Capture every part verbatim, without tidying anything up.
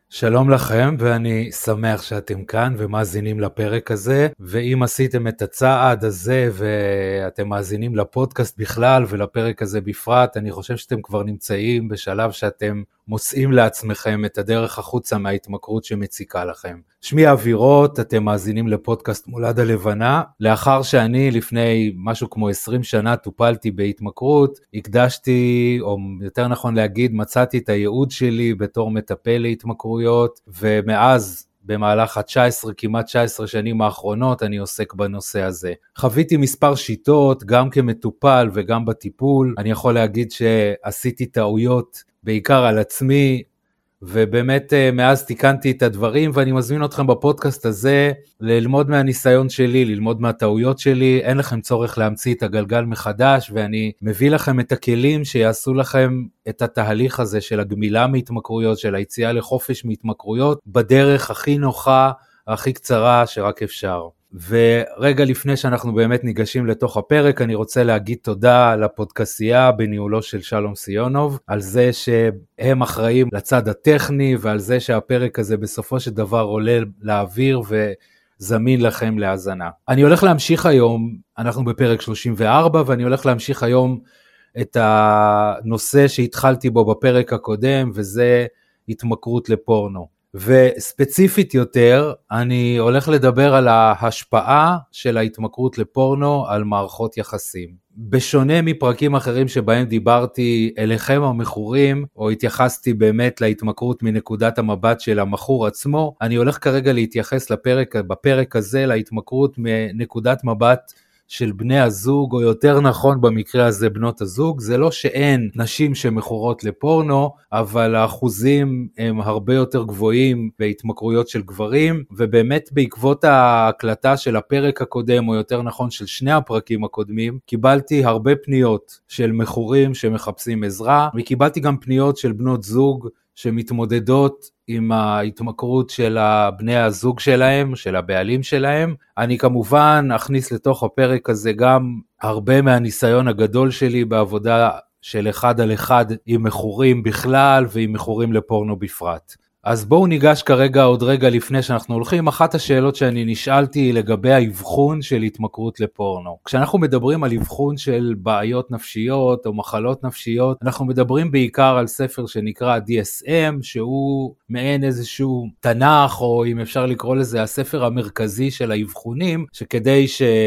שלום לכם, ואני שמח שאתם כאן ומאזינים לפרק הזה, ואם עשיתם את הצעד הזה ואתם מאזינים לפודקאסט בכלל ולפרק הזה בפרט, אני חושב שאתם כבר נמצאים בשלב שאתם מוצאים לעצמכם את הדרך החוצה מההתמכרות שמציקה לכם. שמי אבירות, אתם מאזינים לפודקאסט מולד הלבנה. לאחר שאני לפני משהו כמו עשרים שנה טופלתי בהתמכרות, הקדשתי, או יותר נכון להגיד, מצאתי את הייעוד שלי בתור מטפל להתמכרויות, ומאז במהלך ה-תשע עשרה, כמעט תשע עשרה שנים האחרונות, אני עוסק בנושא הזה. חוויתי מספר שיטות, גם כמטופל וגם בטיפול. אני יכול להגיד שעשיתי טעויות בעיקר על עצמי, ובאמת מאז תיקנתי את הדברים, ואני מזמין אתכם בפודקאסט הזה ללמוד מהניסיון שלי, ללמוד מהטעויות שלי. אין לכם צורך להמציא את הגלגל מחדש, ואני מביא לכם את הכלים שיעשו לכם את התהליך הזה של הגמילה מהתמכרויות, של היציאה לחופש מהתמכרויות, בדרך הכי נוחה, הכי קצרה שרק אפשר. ורגע לפני שאנחנו באמת ניגשים לתוך הפרק, אני רוצה להגיד תודה לפודקאסייה בניהולו של שלום סיונוב, על זה שהם אחראים לצד הטכני, ועל זה שהפרק הזה בסופו של דבר עולה לאוויר וזמין לכם להאזנה. אני הולך להמשיך היום, אנחנו בפרק שלושים וארבע, ואני הולך להמשיך היום את הנושא שהתחלתי בו בפרק הקודם, וזה התמכרות לפורנו. וספציפית יותר, אני הולך לדבר על ההשפעה של ההתמכרות לפורנו על מערכות יחסים. בשונה מפרקים אחרים שבהם דיברתי אליכם המכורים, או התייחסתי באמת להתמכרות מנקודת המבט של המכור עצמו, אני הולך כרגע להתייחס לפרק, בפרק הזה להתמכרות מנקודת מבט של בני הזוג, או יותר נכון במקרה הזה בנות הזוג. זה לא שאין נשים שמכורות לפורנו, אבל האחוזים הם הרבה יותר גבוהים בהתמכרויות של גברים, ובאמת בעקבות ההקלטה של הפרק הקודם, או יותר נכון של שני הפרקים הקודמים, קיבלתי הרבה פניות של מכורים שמחפשים עזרה, וקיבלתי גם פניות של בנות זוג שמתמודדות עם ההתמכרות של בני הזוג שלהם, של הבעלים שלהם. אני כמובן אכניס לתוך הפרק הזה גם הרבה מהניסיון הגדול שלי בעבודה של אחד על אחד עם מכורים בכלל ועם מכורים לפורנו בפרט. אז בואו ניגש כרגע עוד רגע לפני שאנחנו הולכים. אחת השאלות שאני נשאלתי לגבי האבחון של התמכרות לפורנו. כשאנחנו מדברים על אבחון של בעיות נפשיות או מחלות נפשיות, אנחנו מדברים בעיקר על ספר שנקרא די אס אם, שהוא מעין איזשהו תנ"ך, או אם אפשר לקרוא לזה הספר המרכזי של האבחונים, שכדי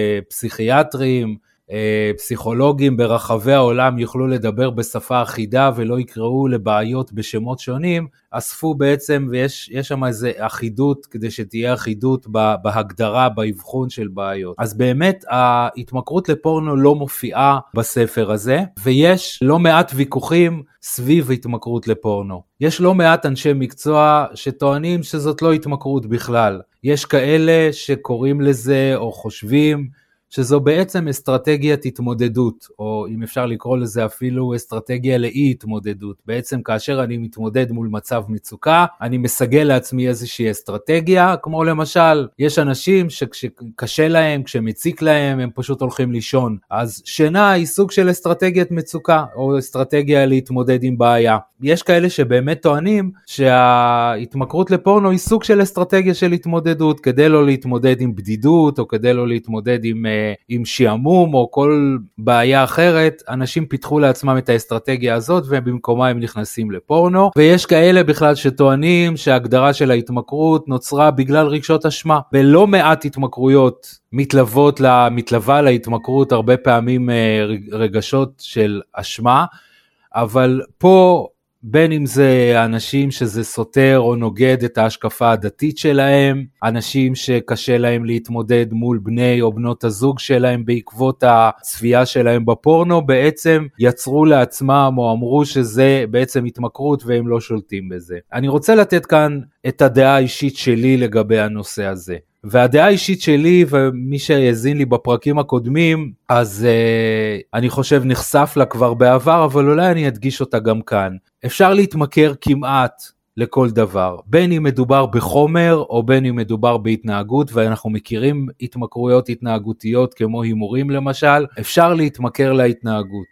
שפסיכיאטרים, פסיכולוגים ברחבי העולם יוכלו לדבר בשפה אחידה ולא יקראו לבעיות בשמות שונים, אספו בעצם, ויש יש שם איזו אחידות כדי שתהיה אחידות בהגדרה, באבחון של בעיות. אז באמת ההתמכרות לפורנו לא מופיעה בספר הזה, ויש לא מעט ויכוחים סביב התמכרות לפורנו. יש לא מעט אנשי מקצוע שטוענים שזאת לא התמכרות בכלל. יש כאלה שקוראים לזה או חושבים שזו בעצם אסטרטגיית התמודדות, או אם אפשר לקרוא לזה אפילו אסטרטגיה לאי התמודדות. בעצם כאשר אני מתמודד מול מצב מצוקה, אני מסגל לעצמי איזושהי אסטרטגיה, כמו למשל, יש אנשים שכשקשה להם, כשמציק להם, הם פשוט הולכים לישון. אז שינה היא סוג של אסטרטגיית מצוקה, או אסטרטגיה להתמודד עם בעיה. יש כאלה שבאמת טוענים שההתמכרות לפורנו היא סוג של אסטרטגיה של התמודדות, כדי לא להתמודד עם בדידות, או כדי לא להתמודד עם עם שיעמום או כל בעיה אחרת. אנשים פיתחו לעצמם את האסטרטגיה הזאת, ובמקומה הם נכנסים לפורנו. ויש כאלה בכלל שטוענים שההגדרה של ההתמכרות נוצרה בגלל רגשות אשמה. בלא מעט התמכרויות מתלוות לה, מתלווה להתמכרות הרבה פעמים רגשות של אשמה, אבל פה בין אם זה אנשים שזה סותר או נוגד את ההשקפה הדתית שלהם, אנשים שקשה להם להתמודד מול בני או בנות הזוג שלהם בעקבות הצפייה שלהם בפורנו, בעצם יצרו לעצמם או אמרו שזה בעצם התמכרות והם לא שולטים בזה. אני רוצה לתת כאן את הדעה האישית שלי לגבי הנושא הזה. והדעה האישית שלי, ומי שיזין לי בפרקים הקודמים, אז uh, אני חושב נחשף לה כבר בעבר, אבל אולי אני אדגיש אותה גם כאן. אפשר להתמכר כמעט לכל דבר, בין אם מדובר בחומר או בין אם מדובר בהתנהגות, ואנחנו מכירים התמכרויות התנהגותיות כמו הימורים למשל, אפשר להתמכר להתנהגות.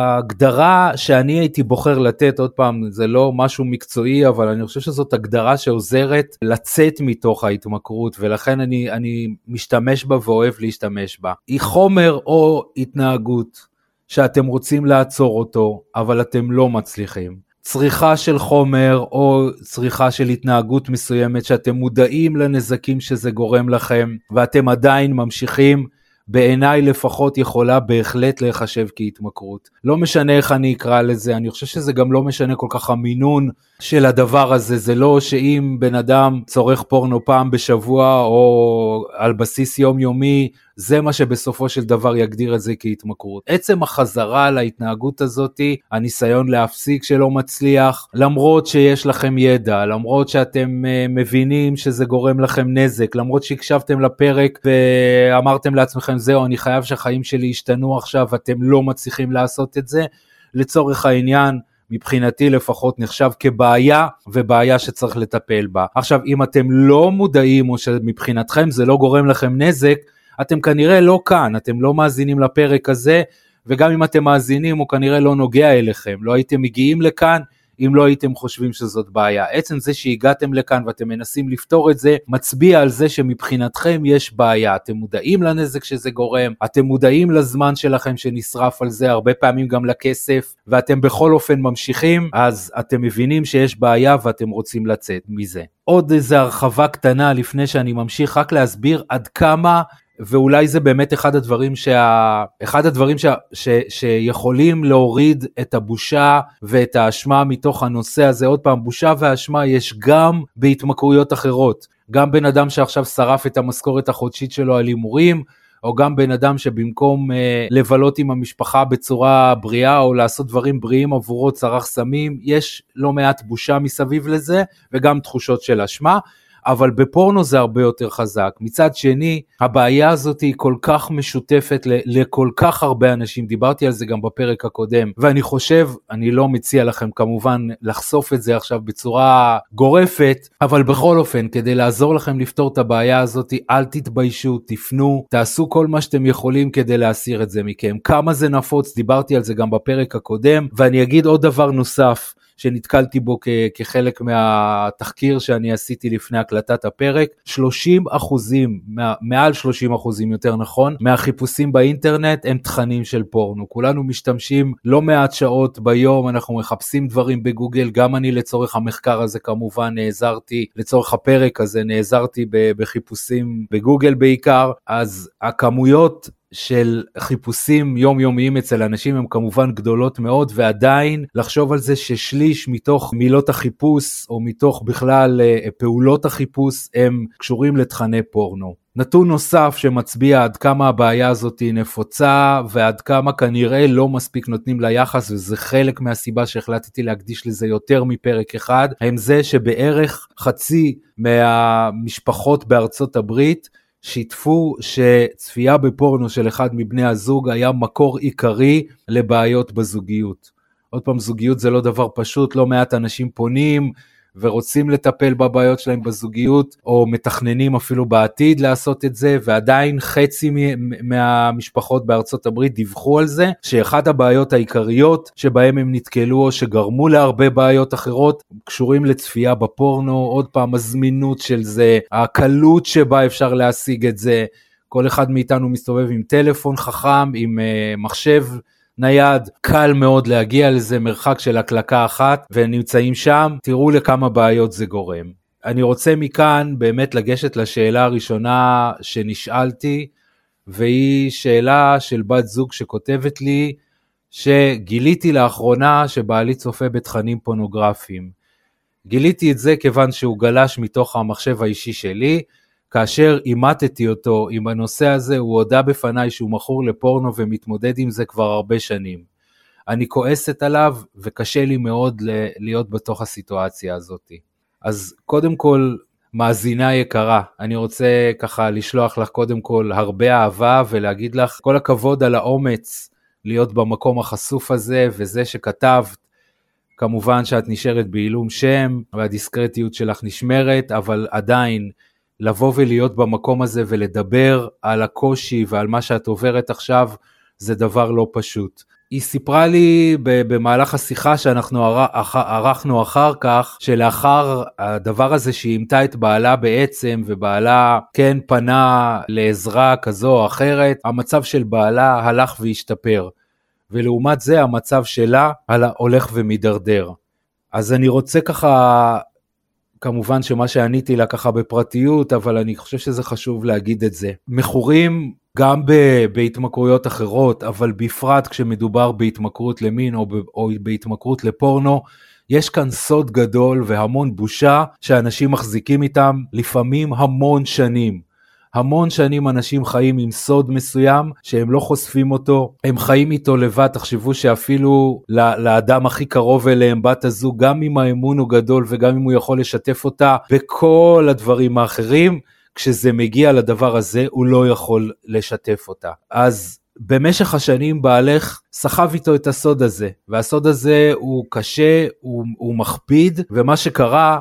ההגדרה שאני הייתי בוחר לתת, עוד פעם, זה לא משהו מקצועי, אבל אני חושב שזאת הגדרה שעוזרת לצאת מתוך ההתמכרות, ולכן אני, אני משתמש בה ואוהב להשתמש בה. היא חומר או התנהגות שאתם רוצים לעצור אותו, אבל אתם לא מצליחים. צריכה של חומר או צריכה של התנהגות מסוימת שאתם מודעים לנזקים שזה גורם לכם, ואתם עדיין ממשיכים, בעיניי לפחות יכולה בהחלט להיחשב כהתמכרות. לא משנה איך אני אקרא לזה, אני חושב שזה גם לא משנה כל כך המינון של הדבר הזה, זה לא שאם בן אדם צורך פורנו פעם בשבוע או על בסיס יומיומי, זה מה שבסופו של דבר יגדיר את זה כהתמכרות. עצם החזרה להתנהגות הזאת, הניסיון להפסיק שלא מצליח, למרות שיש לכם ידע, למרות שאתם uh, מבינים שזה גורם לכם נזק, למרות שהקשבתם לפרק ואמרתם לעצמכם, זהו, אני חייב שהחיים שלי ישתנו עכשיו, אתם לא מצליחים לעשות את זה, לצורך העניין, מבחינתי לפחות נחשב כבעיה, ובעיה שצריך לטפל בה. עכשיו, אם אתם לא מודעים, או שמבחינתכם זה לא גורם לכם נזק, אתם כנראה לא כאן, אתם לא מאזינים לפרק הזה, וגם אם אתם מאזינים, הוא כנראה לא נוגע אליכם, לא הייתם מגיעים לכאן, אם לא הייתם חושבים שזאת בעיה. עצם זה שהגעתם לכאן ואתם מנסים לפתור את זה, מצביע על זה שמבחינתכם יש בעיה, אתם מודעים לנזק שזה גורם, אתם מודעים לזמן שלכם שנשרף על זה, הרבה פעמים גם לכסף, ואתם בכל אופן ממשיכים, אז אתם מבינים שיש בעיה ואתם רוצים לצאת מזה. עוד איזו הרחבה קטנה לפני שאני ממשיך, רק להסביר עד כמה, ואולי זה באמת אחד הדברים, שה... אחד הדברים ש... ש... שיכולים להוריד את הבושה ואת האשמה מתוך הנושא הזה. עוד פעם, בושה והאשמה יש גם בהתמכרויות אחרות, גם בן אדם שעכשיו שרף את המשכורת החודשית שלו על הימורים, או גם בן אדם שבמקום אה, לבלות עם המשפחה בצורה בריאה, או לעשות דברים בריאים עבורו צרך סמים, יש לא מעט בושה מסביב לזה, וגם תחושות של אשמה, אבל בפורנו זה הרבה יותר חזק. מצד שני, הבעיה הזאת היא כל כך משותפת לכל כך הרבה אנשים, דיברתי על זה גם בפרק הקודם, ואני חושב, אני לא מציע לכם כמובן לחשוף את זה עכשיו בצורה גורפת, אבל בכל אופן, כדי לעזור לכם לפתור את הבעיה הזאת, אל תתביישו, תפנו, תעשו כל מה שאתם יכולים כדי להסיר את זה מכם. כמה זה נפוץ, דיברתי על זה גם בפרק הקודם, ואני אגיד עוד דבר נוסף, שנתקלתי בו כ- כחלק מהתחקיר שאני עשיתי לפני הקלטת הפרק, שלושים אחוזים, מעל שלושים אחוזים יותר נכון, מהחיפושים באינטרנט הם תכנים של פורנו. כולנו משתמשים לא מעט שעות ביום, אנחנו מחפשים דברים בגוגל, גם אני לצורך המחקר הזה כמובן נעזרתי, לצורך הפרק הזה נעזרתי בחיפושים בגוגל בעיקר, אז הכמויות של חיפושים יומיומיים אצל אנשים הם כמובן גדולות מאוד, ועדיין לחשוב על זה ששליש מתוך מילות החיפוש או מתוך בכלל פעולות החיפוש הם קשורים לתכני פורנו. נתון נוסף שמצביע עד כמה הבעיה הזאת היא נפוצה ועד כמה כנראה לא מספיק נותנים לה יחס, וזה חלק מהסיבה שהחלטתי להקדיש לזה יותר מפרק אחד, הם זה שבערך חצי מהמשפחות בארצות הברית שיתפו שצפייה בפורנו של אחד מבני הזוג היה מקור עיקרי לבעיות בזוגיות. עוד פעם, זוגיות זה לא דבר פשוט, לא מעט אנשים פונים ורוצים לטפל בבעיות שלהם בזוגיות, או מתכננים אפילו בעתיד לעשות את זה, ועדיין חצי מהמשפחות בארצות הברית דיווחו על זה, שאחת הבעיות העיקריות שבהם הם נתקלו, או שגרמו להרבה בעיות אחרות, קשורים לצפייה בפורנו. עוד פעם, הזמינות של זה, הקלות שבה אפשר להשיג את זה, כל אחד מאיתנו מסתובב עם טלפון חכם, עם uh, מחשב, נייד, קל מאוד להגיע לזה, מרחק של הקלקה אחת, ונמצאים שם, תראו לכמה בעיות זה גורם. אני רוצה מכאן באמת לגשת לשאלה הראשונה שנשאלתי, והיא שאלה של בת זוג שכותבת לי, שגיליתי לאחרונה שבעלי צופה בתכנים פורנוגרפיים. גיליתי את זה כיוון שהוא גלש מתוך המחשב האישי שלי, כאשר אימתתי אותו עם הנושא הזה, הוא הודע בפניי שהוא מכור לפורנו ומתמודד עם זה כבר הרבה שנים. אני כועסת עליו וקשה לי מאוד להיות בתוך הסיטואציה הזאת. אז קודם כל, מאזינה יקרה, אני רוצה ככה לשלוח לך קודם כל הרבה אהבה ולהגיד לך כל הכבוד על האומץ להיות במקום החשוף הזה, וזה שכתבת כמובן שאת נשארת בעילום שם, והדיסקרטיות שלך נשמרת, אבל עדיין לבוא ולהיות במקום הזה ולדבר על הקושי ועל מה שאת עוברת עכשיו, זה דבר לא פשוט. היא סיפרה לי במהלך השיחה שאנחנו ערכנו אחר כך, שלאחר הדבר הזה שהיא אימתה את בעלה בעצם, ובעלה כן פנה לעזרה כזו או אחרת, המצב של בעלה הלך והשתפר. ולעומת זה המצב שלה הולך ומדרדר. אז אני רוצה ככה, כמובן שמה שעניתי לה ככה בפרטיות, אבל אני חושב שזה חשוב להגיד את זה. מכורים גם בהתמכרויות אחרות, אבל בפרט כשמדובר בהתמכרות למין או, או בהתמכרות לפורנו, יש כאן סוד גדול והמון בושה שאנשים מחזיקים איתם לפעמים המון שנים. המון שנים אנשים חיים עם סוד מסוים שהם לא חושפים אותו, הם חיים איתו לבד. תחשבו שאפילו לאדם הכי קרוב אליהם, בת הזוג, גם אם האמון הוא גדול וגם אם הוא יכול לשתף אותה בכל הדברים האחרים, כשזה מגיע לדבר הזה הוא לא יכול לשתף אותה. אז במשך השנים בעלך סחב איתו את הסוד הזה, והסוד הזה הוא קשה, הוא, הוא מכביד, ומה שקרה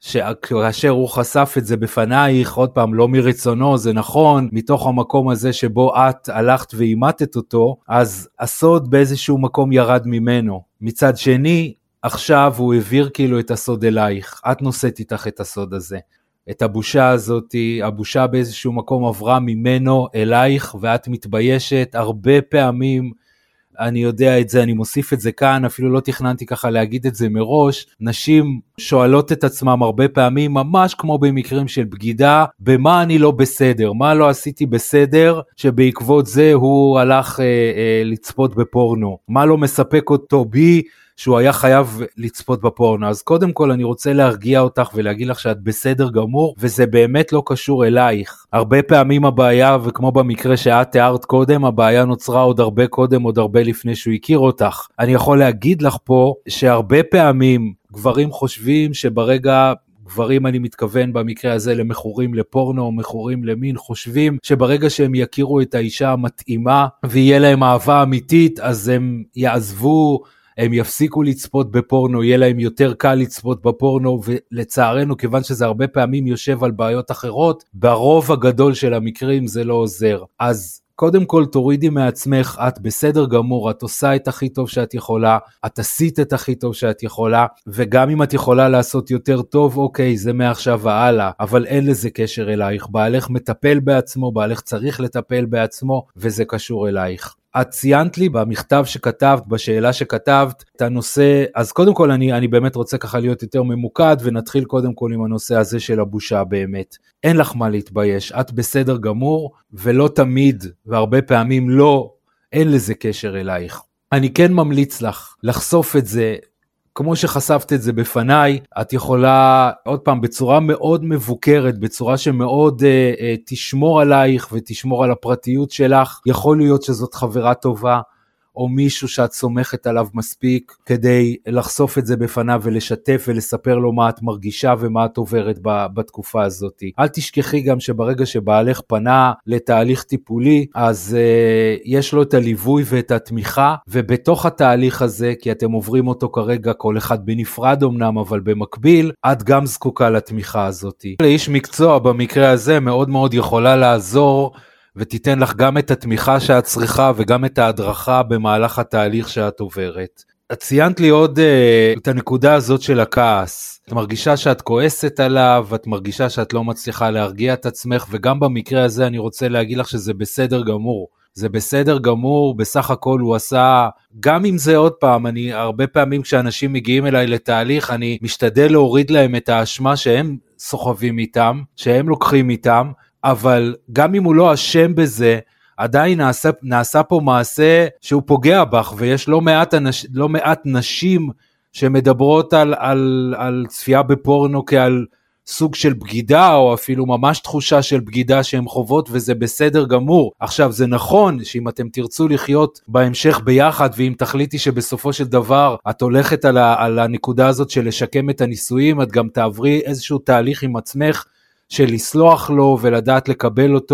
שכאשר הוא חשף את זה בפנייך, עוד פעם לא מרצונו, זה נכון, מתוך המקום הזה שבו את הלכת ואימתת אותו, אז הסוד באיזשהו מקום ירד ממנו. מצד שני, עכשיו הוא העביר כאילו את הסוד אלייך, את נושאת איתך את הסוד הזה. את הבושה הזאת, הבושה באיזשהו מקום עברה ממנו אלייך, ואת מתביישת הרבה פעמים, אני יודע את זה, אני מוסיף את זה כאן, אפילו לא תכננתי ככה להגיד את זה מראש, נשים שואלות את עצמם הרבה פעמים, ממש כמו במקרים של בגידה, במה אני לא בסדר, מה לא עשיתי בסדר, שבעקבות זה הוא הלך אה, אה, לצפות בפורנו, מה לא מספק אותו בי, שהוא היה חייב לצפות בפורנו. אז קודם כל אני רוצה להרגיע אותך ולהגיד לך שאת בסדר גמור, וזה באמת לא קשור אלייך. הרבה פעמים הבעיה, וכמו במקרה שאת תיארת קודם, הבעיה נוצרה עוד הרבה קודם, עוד הרבה לפני שהוא הכיר אותך. אני יכול להגיד לך פה שהרבה פעמים גברים חושבים שברגע, גברים אני מתכוון במקרה הזה למכורים לפורנו או מכורים למין, חושבים שברגע שהם יכירו את האישה המתאימה ויהיה להם אהבה אמיתית, אז הם יעזבו, הם יפסיקו לצפות בפורנו, יהיה להם יותר קל לצפות בפורנו, ולצערנו, כיוון שזה הרבה פעמים יושב על בעיות אחרות, ברוב הגדול של המקרים זה לא עוזר. אז קודם כל תורידי מעצמך, את בסדר גמור, את עושה את הכי טוב שאת יכולה, את עשית את הכי טוב שאת יכולה, וגם אם את יכולה לעשות יותר טוב, אוקיי, זה מעכשיו והלאה, אבל אין לזה קשר אלייך, בעלך מטפל בעצמו, בעלך צריך לטפל בעצמו, וזה קשור אלייך. את ציינת לי במכתב שכתבת, בשאלה שכתבת, את הנושא, אז קודם כל אני, אני באמת רוצה ככה להיות יותר ממוקד, ונתחיל קודם כל עם הנושא הזה של הבושה באמת. אין לך מה להתבייש, את בסדר גמור, ולא תמיד, והרבה פעמים לא, אין לזה קשר אלייך. אני כן ממליץ לך לחשוף את זה, כמו שחשפת את זה בפניי, את יכולה, עוד פעם, בצורה מאוד מבוקרת, בצורה שמאוד אה, אה, תשמור עלייך ותשמור על הפרטיות שלך, יכול להיות שזאת חברה טובה, או מישהו שאת סומכת עליו מספיק, כדי לחשוף את זה בפניו ולשתף ולספר לו מה את מרגישה ומה את עוברת בתקופה הזאת. אל תשכחי גם שברגע שבעלך פנה לתהליך טיפולי, אז uh, יש לו את הליווי ואת התמיכה, ובתוך התהליך הזה, כי אתם עוברים אותו כרגע כל אחד בנפרד אמנם, אבל במקביל, את גם זקוקה לתמיכה הזאת. לאיש מקצוע במקרה הזה מאוד מאוד יכולה לעזור, ותיתן לך גם את התמיכה שאת צריכה, וגם את ההדרכה במהלך התהליך שאת עוברת. את ציינת לי עוד uh, את הנקודה הזאת של הכעס. את מרגישה שאת כועסת עליו, את מרגישה שאת לא מצליחה להרגיע את עצמך, וגם במקרה הזה אני רוצה להגיד לך שזה בסדר גמור. זה בסדר גמור, בסך הכל הוא עשה, גם אם זה עוד פעם, אני הרבה פעמים כשאנשים מגיעים אליי לתהליך, אני משתדל להוריד להם את האשמה שהם סוחבים איתם, שהם לוקחים איתם, אבל גם אם הוא לא אשם בזה, עדיין נעשה, נעשה פה מעשה שהוא פוגע בך, ויש לא מעט, אנש, לא מעט נשים שמדברות על, על, על צפייה בפורנו כעל סוג של בגידה, או אפילו ממש תחושה של בגידה שהן חוות, וזה בסדר גמור. עכשיו זה נכון שאם אתם תרצו לחיות בהמשך ביחד, ואם תחליטי שבסופו של דבר את הולכת על, ה, על הנקודה הזאת של לשקם את הניסויים, את גם תעברי איזשהו תהליך עם עצמך, של לסלוח לו ולדעת לקבל אותו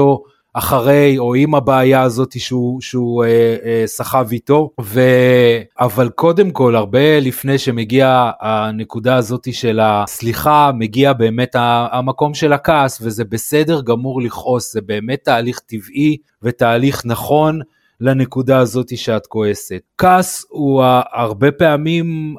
אחרי או עם הבעיה הזאת שהוא, שהוא אה, אה, סחב איתו, ו... אבל קודם כל, הרבה לפני שמגיע הנקודה הזאת של הסליחה, מגיע באמת המקום של הכעס, וזה בסדר גמור לכעוס, זה באמת תהליך טבעי ותהליך נכון, לנקודה הזאת שאת כועסת. כעס הוא הרבה פעמים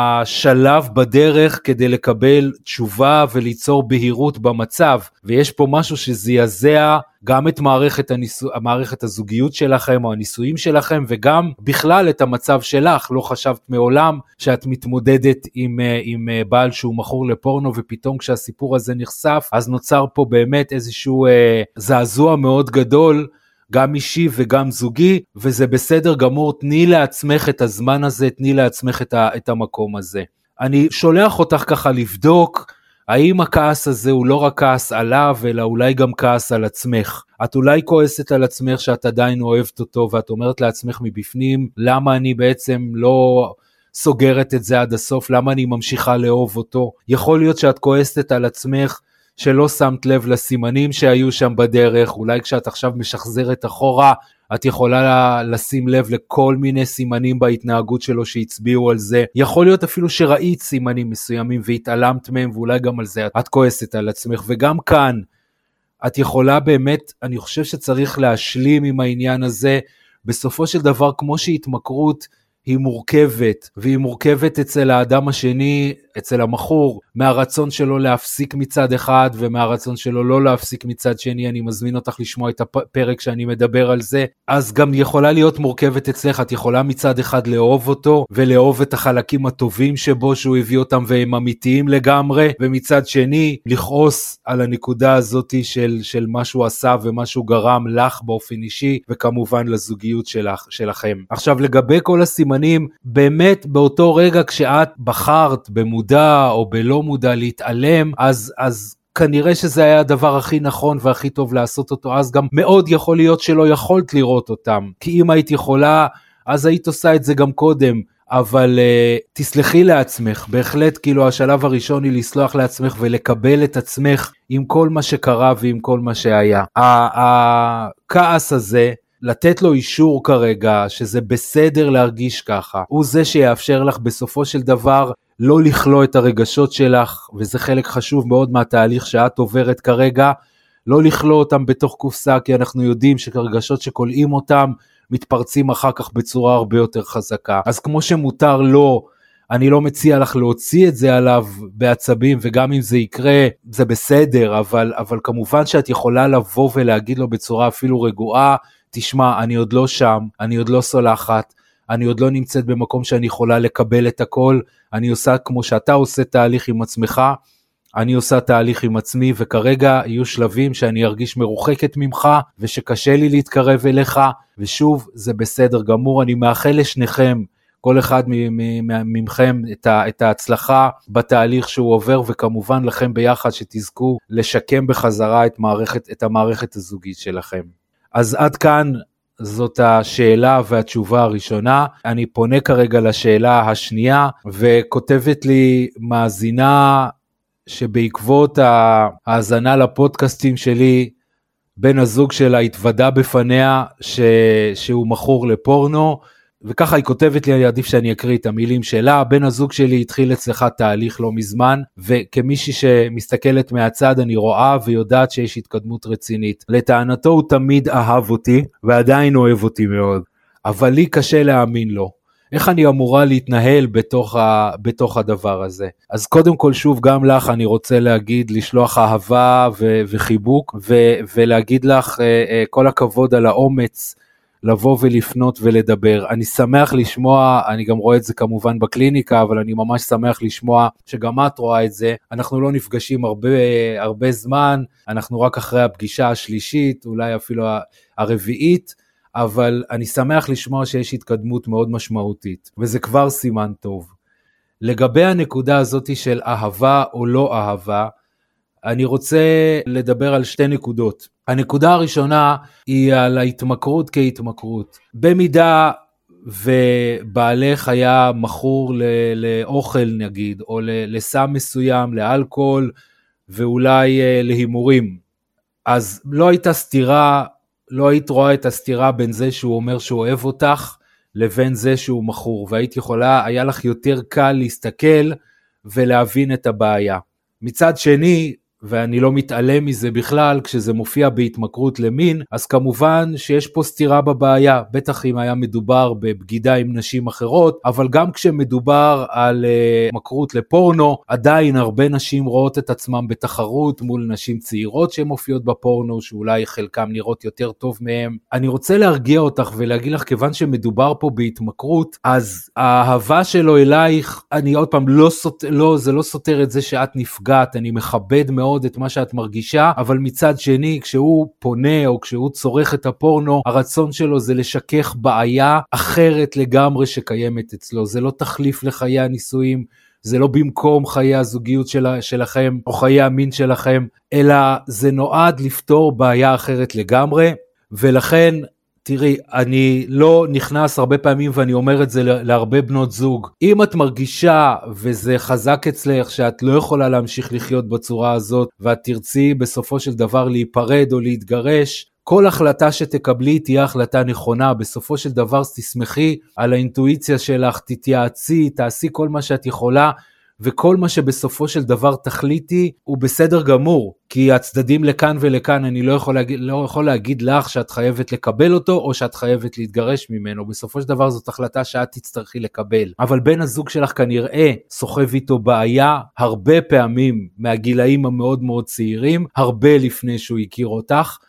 השלב בדרך כדי לקבל תשובה וליצור בהירות במצב, ויש פה משהו שזעזע גם את מערכת, הניסו... המערכת הזוגיות שלכם או הניסויים שלכם, וגם בכלל את המצב שלך. לא חשבת מעולם שאת מתמודדת עם, עם בעל שהוא מכור לפורנו, ופתאום כשהסיפור הזה נחשף, אז נוצר פה באמת איזשהו אה, זעזוע מאוד גדול, גם אישי וגם זוגי, וזה בסדר גמור. תני לעצמך את הזמן הזה, תני לעצמך את, ה, את המקום הזה. אני שולח אותך ככה לבדוק, האם הכעס הזה הוא לא רק כעס עליו, אלא אולי גם כעס על עצמך. את אולי כועסת על עצמך שאת עדיין אוהבת אותו, ואת אומרת לעצמך מבפנים, למה אני בעצם לא סוגרת את זה עד הסוף, למה אני ממשיכה לאהוב אותו. יכול להיות שאת כועסת על עצמך, שלא שמת לב לסימנים שהיו שם בדרך, אולי כשאת עכשיו משחזרת אחורה, את יכולה לשים לב לכל מיני סימנים בהתנהגות שלו שהצביעו על זה. יכול להיות אפילו שראית סימנים מסוימים והתעלמת מהם, ואולי גם על זה את כועסת על עצמך. וגם כאן, את יכולה באמת, אני חושב שצריך להשלים עם העניין הזה, בסופו של דבר כמו שהתמכרות היא מורכבת, והיא מורכבת אצל האדם השני, אצל המכור, מהרצון שלו להפסיק מצד אחד, ומהרצון שלו לא להפסיק מצד שני. אני מזמין אותך לשמוע את הפרק שאני מדבר על זה. אז גם יכולה להיות מורכבת אצלך, את יכולה מצד אחד לאהוב אותו, ולאהוב את החלקים הטובים שבו שהוא הביא אותם, והם אמיתיים לגמרי, ומצד שני, לכעוס על הנקודה הזאת של, של מה שהוא עשה, ומה שהוא גרם לך באופן אישי, וכמובן לזוגיות שלך, שלכם. עכשיו, לגבי כל הסימנים, באמת באותו רגע כשאת בחרת במודע, או בלא מודע להתעלם, אז, אז כנראה שזה היה הדבר הכי נכון והכי טוב לעשות אותו. אז גם מאוד יכול להיות שלא יכולת לראות אותם, כי אם היית יכולה, אז היית עושה את זה גם קודם. אבל uh, תסלחי לעצמך, בהחלט כאילו השלב הראשון היא לסלוח לעצמך ולקבל את עצמך עם כל מה שקרה ועם כל מה שהיה. הכעס הזה, לתת לו אישור כרגע שזה בסדר להרגיש ככה, הוא זה שיאפשר לך בסופו של דבר לא לכלוא את הרגשות שלך, וזה חלק חשוב מאוד מהתהליך שאת עוברת כרגע, לא לכלוא אותם בתוך קופסה, כי אנחנו יודעים שרגשות שקולעים אותם, מתפרצים אחר כך בצורה הרבה יותר חזקה. אז כמו שמותר לו, אני לא מציע לך להוציא את זה עליו בעצבים, וגם אם זה יקרה, זה בסדר, אבל, אבל כמובן שאת יכולה לבוא ולהגיד לו בצורה אפילו רגועה, תשמע, אני עוד לא שם, אני עוד לא סולחת, אני עוד לא נמצאת במקום שאני יכולה לקבל את הכל, אני עושה כמו שאתה עושה תהליך עם עצמך, אני עושה תהליך עם עצמי, וכרגע יהיו שלבים שאני ארגיש מרוחקת ממך, ושקשה לי להתקרב אליך, ושוב, זה בסדר גמור. אני מאחל לשניכם, כל אחד ממכם, את ההצלחה בתהליך שהוא עובר, וכמובן לכם ביחד שתזכו לשקם בחזרה את מערכת, את המערכת הזוגית שלכם. אז עד כאן זאת השאלה והתשובה הראשונה. אני פונה כרגע לשאלה השנייה, וכותבת לי מאזינה שבעקבות ההאזנה לפודקאסטים שלי, בן הזוג שלה התוודה בפניה ש... שהוא מכור לפורנו, וככה היא כותבת לי, אני עדיף שאני אקריא את המילים שלה. בן הזוג שלי התחיל אצלך תהליך לא מזמן, וכמישהי שמסתכלת מהצד אני רואה ויודעת שיש התקדמות רצינית. לטענתו הוא תמיד אהב אותי, ועדיין אוהב אותי מאוד, אבל לי קשה להאמין לו. איך אני אמורה להתנהל בתוך, ה, בתוך הדבר הזה? אז קודם כל שוב גם לך אני רוצה להגיד, לשלוח אהבה ו, וחיבוק, ו, ולהגיד לך כל הכבוד על האומץ, לבוא ולפנות ולדבר. אני שמח לשמוע, אני גם רואה את זה כמובן בקליניקה, אבל אני ממש שמח לשמוע שגם את רואה את זה. אנחנו לא נפגשים הרבה, הרבה זמן, אנחנו רק אחרי הפגישה השלישית, אולי אפילו הרביעית, אבל אני שמח לשמוע שיש התקדמות מאוד משמעותית, וזה כבר סימן טוב. לגבי הנקודה הזאת של אהבה או לא אהבה, אני רוצה לדבר על שתי נקודות. הנקודה הראשונה היא על ההתמכרות כהתמכרות. במידה ובעלך היה מכור לאוכל נגיד, או לסם מסוים, לאלכוהול, ואולי להימורים, אז לא הייתה סתירה לא היית רואה את הסתירה בין זה שהוא אומר שהוא אוהב אותך, לבין זה שהוא מכור, והיית יכולה, היה לך יותר קל להסתכל ולהבין את הבעיה. מצד שני, ואני לא מתעלם מזה בכלל, כשזה מופיע בהתמכרות למין, אז כמובן שיש פה סתירה בבעיה, בטח אם היה מדובר בבגידה עם נשים אחרות, אבל גם כשמדובר על uh, התמכרות לפורנו, עדיין הרבה נשים רואות את עצמם בתחרות מול נשים צעירות שמופיעות בפורנו, שאולי חלקם נראות יותר טוב מהם. אני רוצה להרגיע אותך ולהגיד לך, כיוון שמדובר פה בהתמכרות, אז האהבה שלו אלייך, אני עוד פעם, לא, סות, לא, זה לא סותר את זה שאת נפגעת, אני מכבד מאוד, את מה שאת מרגישה, אבל מצד שני, כשהוא פונה או כשהוא צורך את הפורנו, הרצון שלו זה לשכך בעיה אחרת לגמרי שקיימת אצלו. זה לא תחליף לחיי הנישואים, זה לא במקום חיי הזוגיות של, שלכם או חיי המין שלכם, אלא זה נועד לפתור בעיה אחרת לגמרי, ולכן תראי, אני לא נכנס הרבה פעמים ואני אומר את זה להרבה בנות זוג. אם את מרגישה וזה חזק אצלך שאת לא יכולה להמשיך לחיות בצורה הזאת, ואת תרצי בסופו של דבר להיפרד או להתגרש, כל החלטה שתקבלי תהיה החלטה נכונה. בסופו של דבר תסמכי על האינטואיציה שלך, תתייעצי, תעשי כל מה שאת יכולה, וכל מה שבסופו של דבר תחליטי הוא בסדר גמור, כי הצדדים לכאן ולכאן, אני לא יכול להגיד, לא יכול להגיד לך שאת חייבת לקבל אותו, או שאת חייבת להתגרש ממנו. בסופו של דבר זאת החלטה שאת תצטרכי לקבל. אבל בן הזוג שלך כנראה סוחב איתו בעיה, הרבה פעמים מהגילאים המאוד מאוד צעירים, הרבה לפני שהוא הכיר אותך,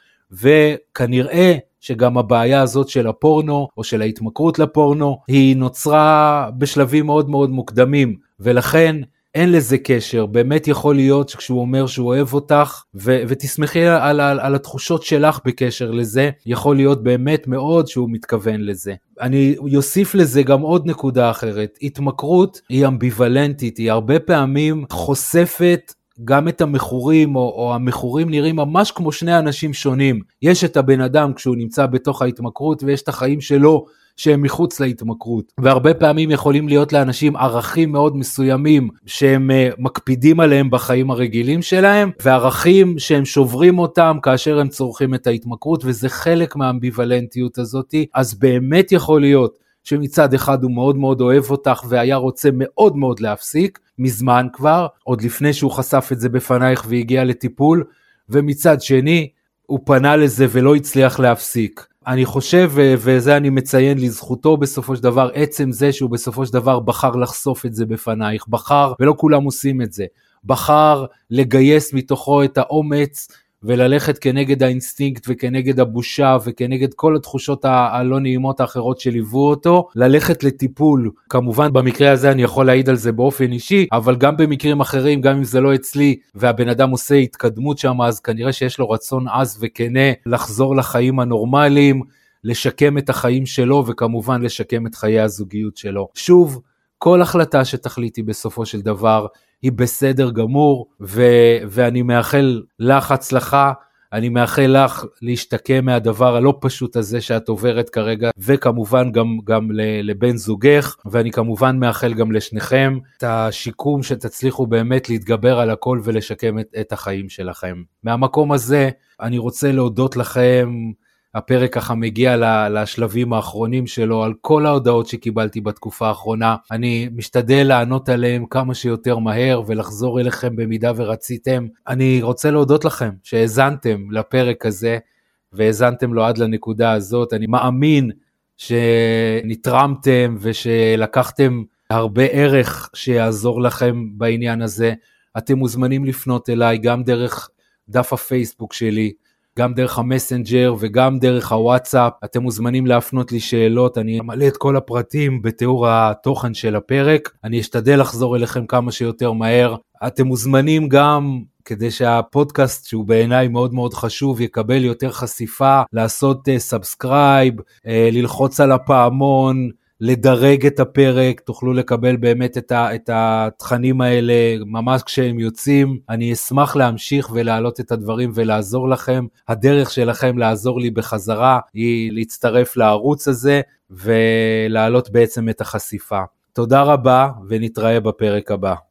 וכנראה שגם הבעיה הזאת של הפורנו, או של ההתמכרות לפורנו, היא נוצרה בשלבים מאוד מאוד מוקדמים, ולכן אין לזה קשר. באמת יכול להיות שכשהוא אומר שהוא אוהב אותך, ו- ותסמכי על, על, על התחושות שלך בקשר לזה, יכול להיות באמת מאוד שהוא מתכוון לזה. אני יוסיף לזה גם עוד נקודה אחרת. התמכרות היא אמביוולנטית, היא הרבה פעמים חושפת גם את המכורים, או, או המכורים נראים ממש כמו שני אנשים שונים. יש את הבן אדם כשהוא נמצא בתוך ההתמכרות, ויש את החיים שלו שהם מחוץ להתמכרות. והרבה פעמים יכולים להיות לאנשים ערכים מאוד מסוימים, שהם uh, מקפידים עליהם בחיים הרגילים שלהם, וערכים שהם שוברים אותם כאשר הם צורכים את ההתמכרות, וזה חלק מהאמביוולנטיות הזאת. אז באמת יכול להיות שמצד אחד הוא מאוד מאוד אוהב אותך, והיה רוצה מאוד מאוד להפסיק, מזמן כבר, עוד לפני שהוא חשף את זה בפנייך והגיע לטיפול, ומצד שני, הוא פנה לזה ולא הצליח להפסיק. אני חושב, וזה אני מציין לזכותו בסופו של דבר, עצם זה שהוא בסופו של דבר בחר לחשוף את זה בפנייך, בחר, ולא כולם עושים את זה, בחר לגייס מתוכו את האומץ, וללכת כנגד האינסטינקט וכנגד הבושה וכנגד כל התחושות הלא נעימות האחרות שליוו אותו, ללכת לטיפול. כמובן במקרה הזה אני יכול להעיד על זה באופן אישי, אבל גם במקרים אחרים, גם אם זה לא אצלי והבן אדם עושה התקדמות שם, אז כנראה שיש לו רצון עז וכנה לחזור לחיים הנורמליים, לשקם את החיים שלו וכמובן לשקם את חיי הזוגיות שלו. שוב, כל החלטה שתחליטי בסופו של דבר היא בסדר גמור, ו- ואני מאחל לך הצלחה, אני מאחל לך להשתקם מהדבר הלא פשוט הזה שאת עוברת כרגע, וכמובן גם, גם לבן זוגך, ואני כמובן מאחל גם לשניכם את השיקום שתצליחו באמת להתגבר על הכל ולשקם את, את החיים שלכם. מהמקום הזה אני רוצה להודות לכם, הפרק ככה מגיע לשלבים האחרונים שלו, על כל ההודעות שקיבלתי בתקופה האחרונה, אני משתדל לענות עליהם כמה שיותר מהר, ולחזור אליכם במידה ורציתם. אני רוצה להודות לכם שהאזנתם לפרק הזה, והאזנתם לו עד לנקודה הזאת. אני מאמין שנתרמתם, ושלקחתם הרבה ערך שיעזור לכם בעניין הזה. אתם מוזמנים לפנות אליי, גם דרך דף הפייסבוק שלי, גם דרך המסנג'ר וגם דרך הוואטסאפ. אתם מוזמנים להפנות לי שאלות, אני אמלא את כל הפרטים בתיאור התוכן של הפרק, אני אשתדל לחזור אליכם כמה שיותר מהר. אתם מוזמנים גם, כדי שהפודקאסט שהוא בעיניי מאוד מאוד חשוב, יקבל יותר חשיפה, לעשות סאבסקרייב, ללחוץ על הפעמון, לדרג את הפרק, תוכלו לקבל באמת את, ה, את התכנים האלה ממש כשהם יוצאים. אני אשמח להמשיך ולהעלות את הדברים ולעזור לכם. הדרך שלכם לעזור לי בחזרה היא להצטרף לערוץ הזה ולהעלות בעצם את החשיפה. תודה רבה ונתראה בפרק הבא.